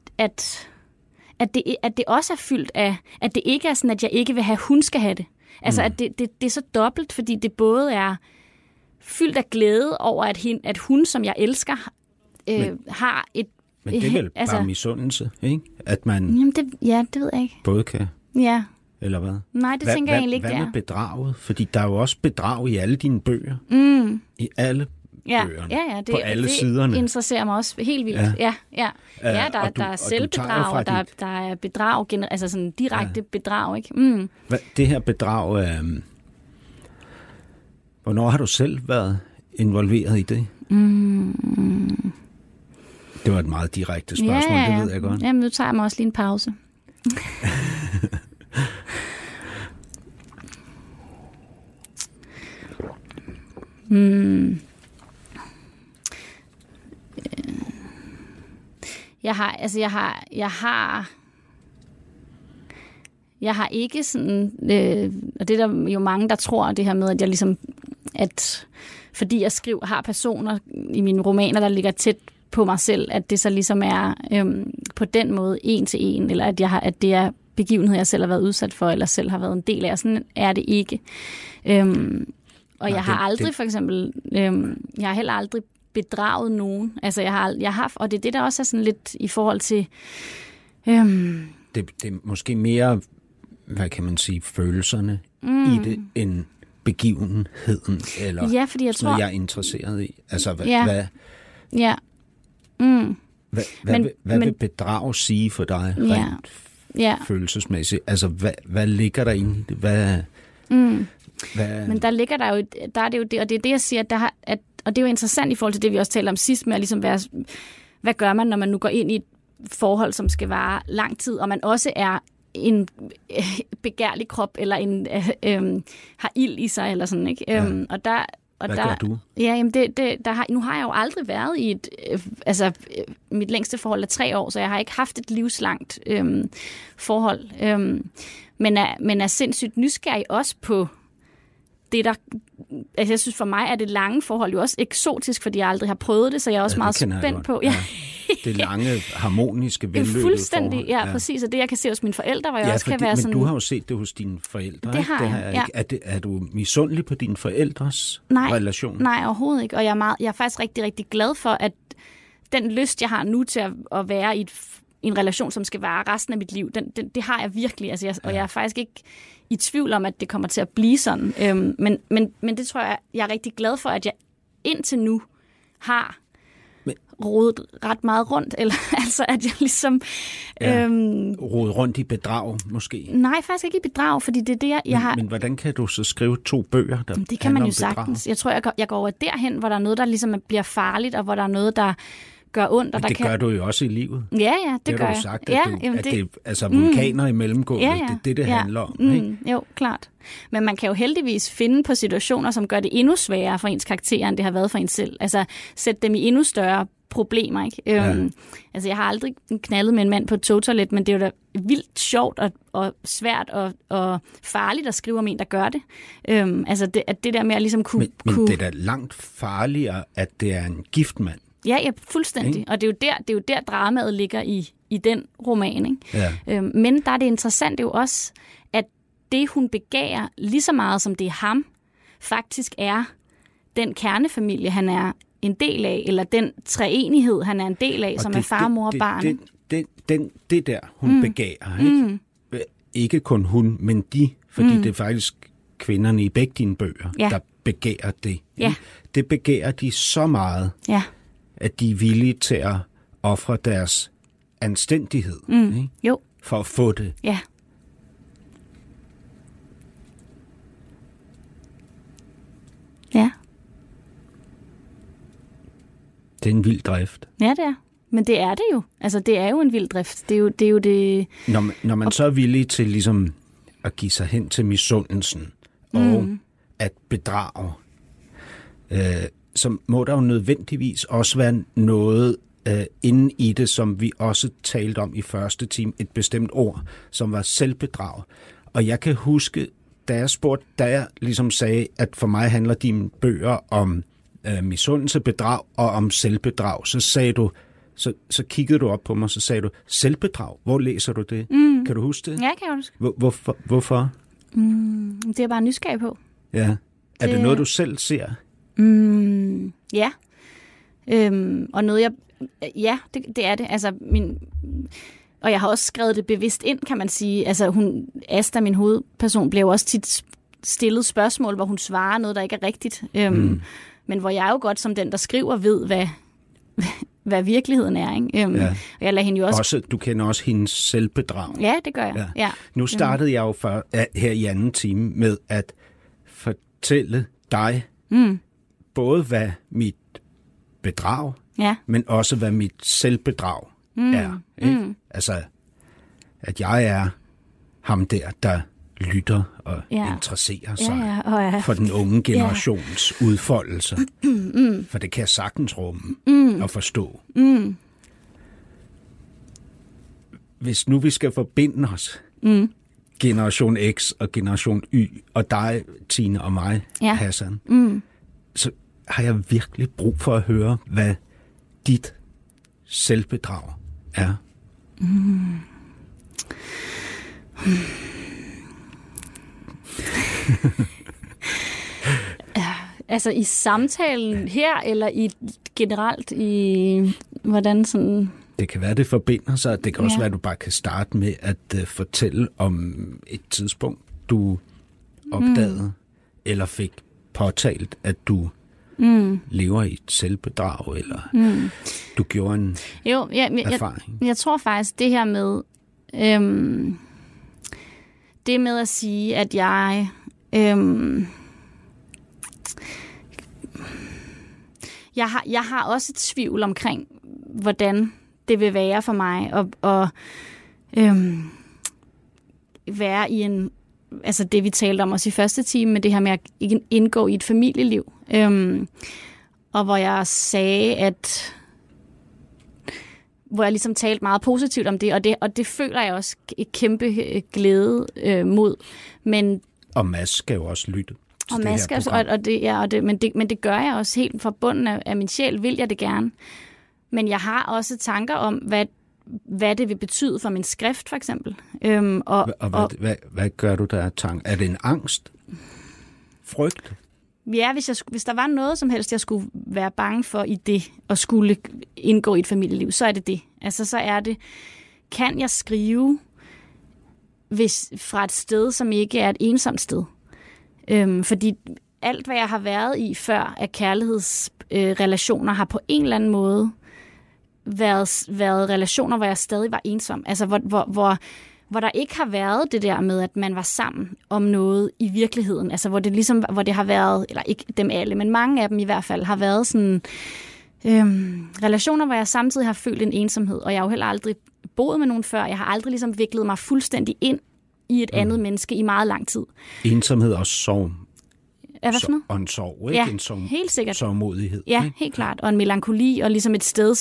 at det også er fyldt af, at det ikke er sådan, at jeg ikke vil have, at hun skal have det. Altså at det er så dobbelt, fordi det både er fyldt af glæde over, at hun, som jeg elsker, har et... Men det er vel bare misundelse, ikke? At man Jamen det ved jeg ikke. både kan... Ja. Eller hvad? Nej, det tænker jeg egentlig ikke, Hvad det med bedraget? Fordi der er jo også bedrag i alle dine bøger. I alle bøgerne. Ja, på alle siderne. Det interesserer mig også helt vildt. Ja, der er selvbedrag, og der er bedrag, altså sådan direkte bedrag, ikke? Det her bedrag, hvornår har du selv været involveret i det? Det var et meget direkte spørgsmål, det ved jeg godt. Jamen, nu tager jeg mig også lige en pause. Jeg har ikke sådan, og det er der jo mange, der tror, det her med, at jeg ligesom, at fordi jeg har personer i mine romaner, der ligger tæt på mig selv, at det så ligesom er på den måde en til en, eller at det er begivenhed, jeg selv har været udsat for, eller selv har været en del af. Sådan er det ikke. Og jeg har aldrig, for eksempel, jeg har heller aldrig bedraget nogen. Altså, jeg har, og det er det, der også er sådan lidt i forhold til... Det er måske mere, hvad kan man sige, følelserne i det, end begivenheden, eller fordi jeg noget, jeg er interesseret i. Altså, hvad vil bedrag sige for dig rent følelsesmæssigt? Altså, hvad ligger der i det? Men der ligger der jo, der er det jo det, og det er det, jeg siger, og det er jo interessant i forhold til det, vi også talte om sidst, med at ligesom være, hvad gør man, når man nu går ind i et forhold, som skal vare lang tid, og man også er en begærlig krop, eller har ild i sig, eller sådan, ikke? Hvad gør du? Ja, jamen nu har jeg jo aldrig været i mit længste forhold er 3 år, så jeg har ikke haft et livslangt forhold. Men er sindssygt nysgerrig også på det, der... Altså, jeg synes, for mig er det lange forhold jo også eksotisk, fordi jeg aldrig har prøvet det, så jeg er også meget spændt på... Ja. Det lange, harmoniske, velløbede fuldstændig, forhold. Ja, præcis. Og det, jeg kan se hos mine forældre, hvor jeg også kan være sådan... Men du har jo set det hos dine forældre, det har jeg, ikke? Er du misundelig på dine forældres relation? Nej, overhovedet ikke. Og jeg er faktisk rigtig, rigtig glad for, at den lyst, jeg har nu til at være i en relation, som skal vare resten af mit liv, det har jeg virkelig. Altså, og jeg er faktisk ikke i tvivl om, at det kommer til at blive sådan. Men det tror jeg er rigtig glad for, at jeg indtil nu har rodet ret meget rundt, eller altså at jeg ligesom... rodet rundt i bedrag, måske? Nej, faktisk ikke i bedrag, fordi det er det, jeg har... Men hvordan kan du så skrive 2 bøger, der det kan man jo sagtens. Jeg tror, jeg går over derhen, hvor der er noget, der ligesom bliver farligt, og hvor der er noget, der gør ondt. Og det gør du jo også i livet. Ja, det gør jeg. Det har du sagt, at altså vulkaner i mellemgulvet, det handler om. Ikke? Jo, klart. Men man kan jo heldigvis finde på situationer, som gør det endnu sværere for ens karakter, end det har været for ens selv. Altså sætte dem i endnu større problemer, ikke? Altså, jeg har aldrig knaldet med en mand på et togtoilet, men det er jo da vildt sjovt og svært og farligt at skrive om en, der gør det. Altså, det der med at ligesom kunne... Men det er da langt farligere, at det er en gift mand. Ja, fuldstændig. Og det er jo der dramaet ligger i den roman, ikke? Ja. Men der er det interessant jo også, at det, hun begærer lige så meget, som det er ham, faktisk er den kernefamilie, han er en del af, eller den treenighed, han er en del af, og som er far, mor og barn. Det der, hun begærer, ikke? Ikke kun hun, men de, fordi det er faktisk kvinderne i begge dine bøger, der begærer det. Ja. Det begærer de så meget, at de er villige til at ofre deres anstændighed ikke? Jo. For at få det. Ja. Ja. Det er en vild drift. Ja, det er. Men det er det jo. Altså, det er jo en vild drift. Det er jo det... Når man så er villig til ligesom at give sig hen til misundelsen og at bedrage, så må der jo nødvendigvis også være noget inde i det, som vi også talte om i første time, et bestemt ord, som var selvbedrag. Og jeg kan huske, da jeg ligesom sagde, at for mig handler dine bøger om misundelse, bedrag og om selvbedrag, så sagde du, så kiggede du op på mig, så sagde du, selvbedrag, hvor læser du det? Kan du huske det? Ja, kan jeg huske. Hvorfor? Det er jeg bare nysgerrig på. Ja. Er det noget, du selv ser? Ja. Og noget, ja, det er det. Altså, og jeg har også skrevet det bevidst ind, kan man sige. Altså, Asta, min hovedperson, bliver jo også tit stillet spørgsmål, hvor hun svarer noget, der ikke er rigtigt. Men hvor jeg jo godt som den, der skriver, ved, hvad virkeligheden er. Ikke? Og jeg lader hende jo også... Du kender også hendes selvbedrag. Ja, det gør jeg. Ja. Nu startede jeg jo her i anden time med at fortælle dig, både hvad mit bedrag, men også hvad mit selvbedrag er. Ikke? Altså, at jeg er ham der lytter og interesserer sig for den unge generations udfoldelse. For det kan jeg sagtens rumme og forstå. Hvis nu vi skal forbinde os, generation X og generation Y, og dig, Tine, og mig, Hassan, så har jeg virkelig brug for at høre, hvad dit selvbedrag er. Altså i samtalen her, eller generelt i hvordan sådan... Det kan være, det forbinder sig. Det kan også være, at du bare kan starte med at fortælle om et tidspunkt, du opdagede eller fik påtalt, at du lever i et selvbedrag, eller du gjorde en erfaring. Jeg tror faktisk, det her med det med at sige, at jeg jeg har også et tvivl omkring, hvordan det vil være for mig at være i en, altså det vi talte om også i første time, med det her med at indgå i et familieliv. Og hvor jeg sagde, hvor jeg ligesom talte meget positivt om det, og det føler jeg også et kæmpe glæde mod. Og Mads skal jo også lytte. Og Mads skal men det gør jeg også helt fra bunden af min sjæl, vil jeg det gerne. Men jeg har også tanker om, hvad det vil betyde for min skrift, for eksempel. Hvad gør du der af tanker? Er det en angst? Frygt? Ja, hvis der var noget som helst, jeg skulle være bange for i det, og skulle indgå i et familieliv, så er det det. Altså, så er det, kan jeg skrive fra et sted, som ikke er et ensomt sted? Fordi alt, hvad jeg har været i før af kærlighedsrelationer, har på en eller anden måde været relationer, hvor jeg stadig var ensom. Altså, hvor der ikke har været det der med, at man var sammen om noget i virkeligheden. Altså, hvor det har været, eller ikke dem alle, men mange af dem i hvert fald, har været sådan relationer, hvor jeg samtidig har følt en ensomhed. Og jeg har jo heller aldrig boet med nogen før. Jeg har aldrig ligesom viklet mig fuldstændig ind i et andet menneske i meget lang tid. Ensomhed og sorg. Ja, hvad for noget? Og en sorg, ikke? Ja, en sorg, helt sikkert. Sorgmodighed. Ja, ikke? helt klart. Og en melankoli, og ligesom et sted,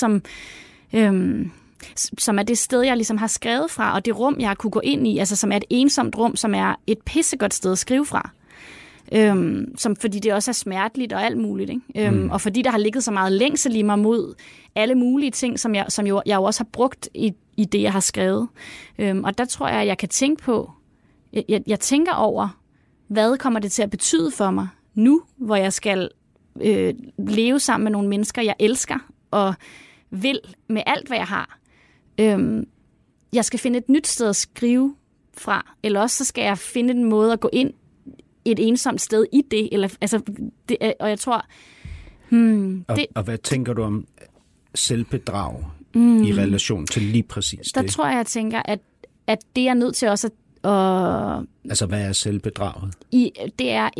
som er det sted, jeg ligesom har skrevet fra, og det rum, jeg kunne gå ind i, altså som er et ensomt rum, som er et pissegodt sted at skrive fra. Fordi det også er smerteligt og alt muligt. Ikke? Og fordi der har ligget så meget længsel i mig mod alle mulige ting, som jeg jo også har brugt i det, jeg har skrevet. Og der tror jeg kan tænke på, jeg tænker over, hvad kommer det til at betyde for mig, nu, hvor jeg skal leve sammen med nogle mennesker, jeg elsker, og vil med alt, hvad jeg har. Jeg skal finde et nyt sted at skrive fra, eller også så skal jeg finde en måde at gå ind et ensomt sted i det. Eller, altså, det og jeg tror... Og hvad tænker du om selvbedrag i relation til lige præcis det? Der tror jeg tænker, at det er nødt til også at... Altså, hvad er selvbedraget? Det er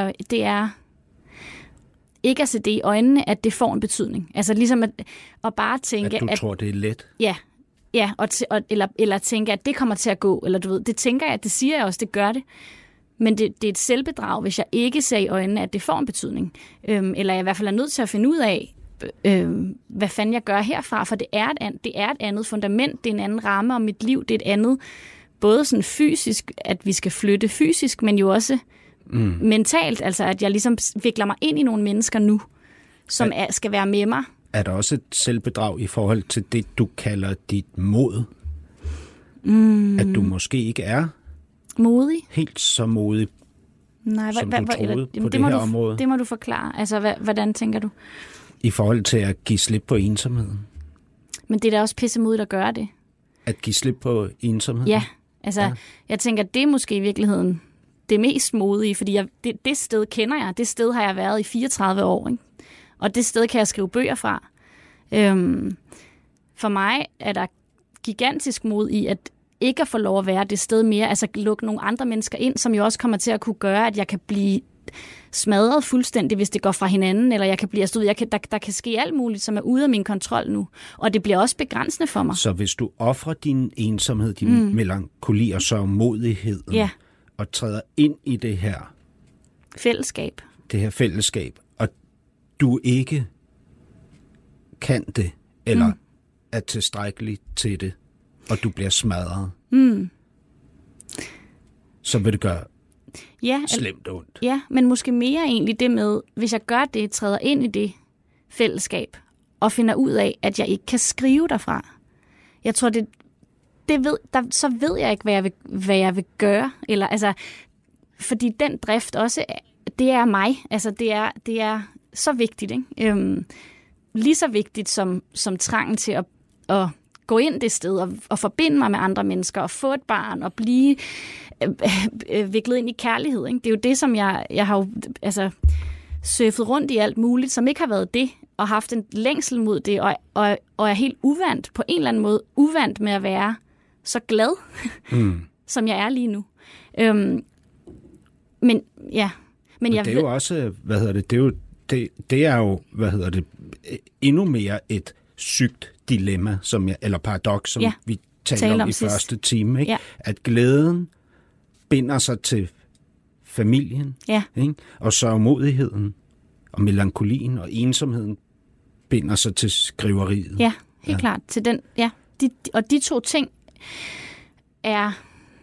ikke at se det i øjnene, at det får en betydning. Altså ligesom at bare tænke... At du tror, det er let? Ja, eller tænke, at det kommer til at gå. Eller du ved, det tænker jeg, det siger jeg også, det gør det. Men det er et selvbedrag, hvis jeg ikke ser i øjnene, at det får en betydning. Eller jeg i hvert fald er nødt til at finde ud af, hvad fanden jeg gør herfra. For det er et andet fundament, det er en anden ramme om mit liv, det er et andet, både sådan fysisk, at vi skal flytte fysisk, men jo også mentalt. Altså at jeg ligesom vikler mig ind i nogle mennesker nu, som skal være med mig. Er der også et selvbedrag i forhold til det, du kalder dit mod? At du måske ikke er modig? Helt så modig, som du troede på det her område. Det må du forklare. Altså, hvordan tænker du? I forhold til at give slip på ensomheden. Men det er da også pissemodigt at gøre det. At give slip på ensomheden? Ja, altså, jeg tænker, det er måske i virkeligheden det mest modige, fordi det sted kender jeg. Det sted har jeg været i 34 år, ikke? Og det sted kan jeg skrive bøger fra. For mig er der gigantisk mod i, at ikke at få lov at være det sted mere, altså lukke nogle andre mennesker ind, som jo også kommer til at kunne gøre, at jeg kan blive smadret fuldstændig, hvis det går fra hinanden, eller jeg kan blive, der kan ske alt muligt, som er ude af min kontrol nu. Og det bliver også begrænsende for mig. Så hvis du offrer din ensomhed, din melankoli og sørgmodigheden, og træder ind i det her fællesskab, og du ikke kan det, eller er tilstrækkelig til det, og du bliver smadret, så vil det gøre slemt ondt. Ja, men måske mere egentlig det med, hvis jeg gør det, træder ind i det fællesskab, og finder ud af, at jeg ikke kan skrive derfra. Jeg tror, så ved jeg ikke, hvad jeg vil gøre. Eller, altså, fordi den drift også, det er mig. Altså, det er så vigtigt, ikke? Lige så vigtigt som trangen til at gå ind det sted og forbinde mig med andre mennesker og få et barn og blive viklet ind i kærlighed. Ikke? Det er jo det, som jeg har jo, altså, surfet rundt i alt muligt, som ikke har været det, og haft en længsel mod det, og er helt uvant, på en eller anden måde, uvant med at være så glad, som jeg er lige nu. Men det er jo også, det er jo, endnu mere et sygt dilemma, eller paradoks, som vi taler om i første time, ikke? At glæden binder sig til familien, ikke? Og sørgmodigheden, og melankolien og ensomheden binder sig til skriveriet. Ja, helt klart. Til den, og de to ting er...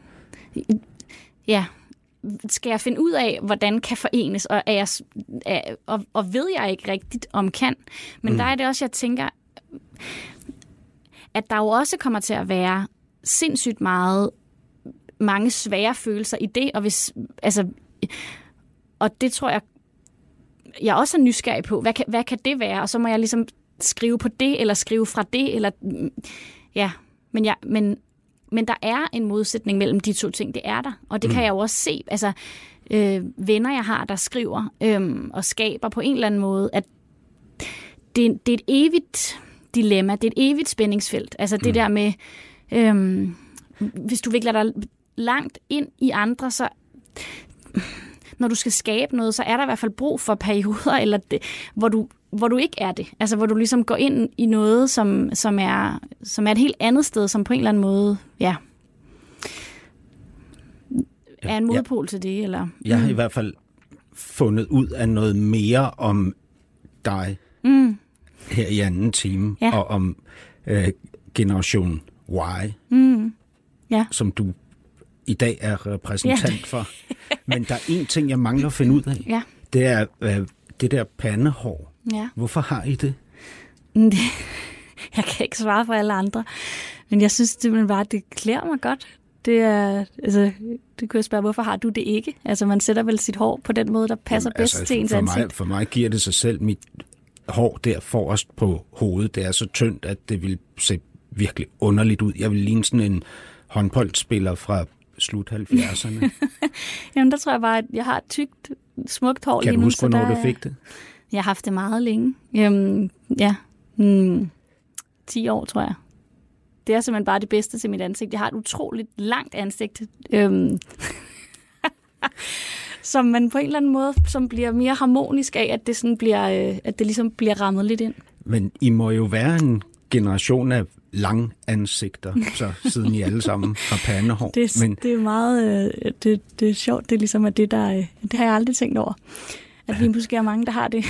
Ja, skal jeg finde ud af, hvordan kan forenes, og ved jeg ikke rigtigt, om kan. Men der er det også, jeg tænker, at der jo også kommer til at være sindssygt mange svære følelser i det, og det tror jeg også er nysgerrig på. Hvad kan det være? Og så må jeg ligesom skrive på det, eller skrive fra det, eller men der er en modsætning mellem de to ting, det er der. Og det kan jeg jo også se. Altså, venner, jeg har, der skriver og skaber på en eller anden måde, at det er et evigt dilemma, det er et evigt spændingsfelt. Altså det der med, hvis du vikler dig langt ind i andre, så når du skal skabe noget, så er der i hvert fald brug for perioder, eller hvor du ikke er det. Altså hvor du ligesom går ind i noget, som er et helt andet sted, som på en eller anden måde, er en modpol til det. Eller? Jeg har i hvert fald fundet ud af noget mere om dig her i anden time, og om generation Y, som du i dag er repræsentant for. Men der er en ting, jeg mangler at finde ud af. Ja. Det er det der pandehår. Ja. Hvorfor har I det? Jeg kan ikke svare for alle andre, men jeg synes simpelthen bare, at det klæder mig godt. Det er, altså, det kunne jeg spørge, hvorfor har du det ikke? Altså, man sætter vel sit hår på den måde, der passer bedst til ens ansigt. For mig giver det sig selv. Mit hår der forrest på hovedet, det er så tyndt, at det vil se virkelig underligt ud. Jeg vil ligne sådan en håndboldspiller fra slut 70'erne. Jamen, der tror jeg bare, at jeg har et tykt, smukt hår lige nu. Kan du huske, hvornår du fik det? Jeg har haft det meget længe. 10 år, tror jeg. Det er simpelthen bare det bedste til mit ansigt. Jeg har et utroligt langt ansigt, som man på en eller anden måde som bliver mere harmonisk af, at det, sådan bliver, at det ligesom bliver rammet lidt ind. Men I må jo være en generation af lange ansigter, så siden I alle sammen har pandehår. Det er meget det er sjovt. Det er ligesom, at det har jeg aldrig tænkt over. At vi måske er mange, der har det.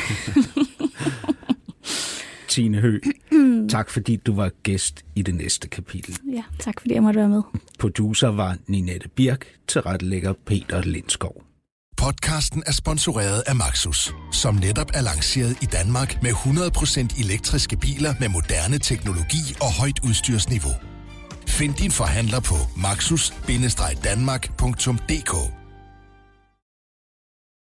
Tine Høgh, tak fordi du var gæst i det næste kapitel. Ja, tak fordi jeg måtte være med. Producer var Ninette Birk, tilrettelægger Peter Lindskov. Podcasten er sponsoreret af Maxus, som netop er lanceret i Danmark med 100% elektriske biler med moderne teknologi og højt udstyrsniveau. Find din forhandler på maxus-danmark.dk.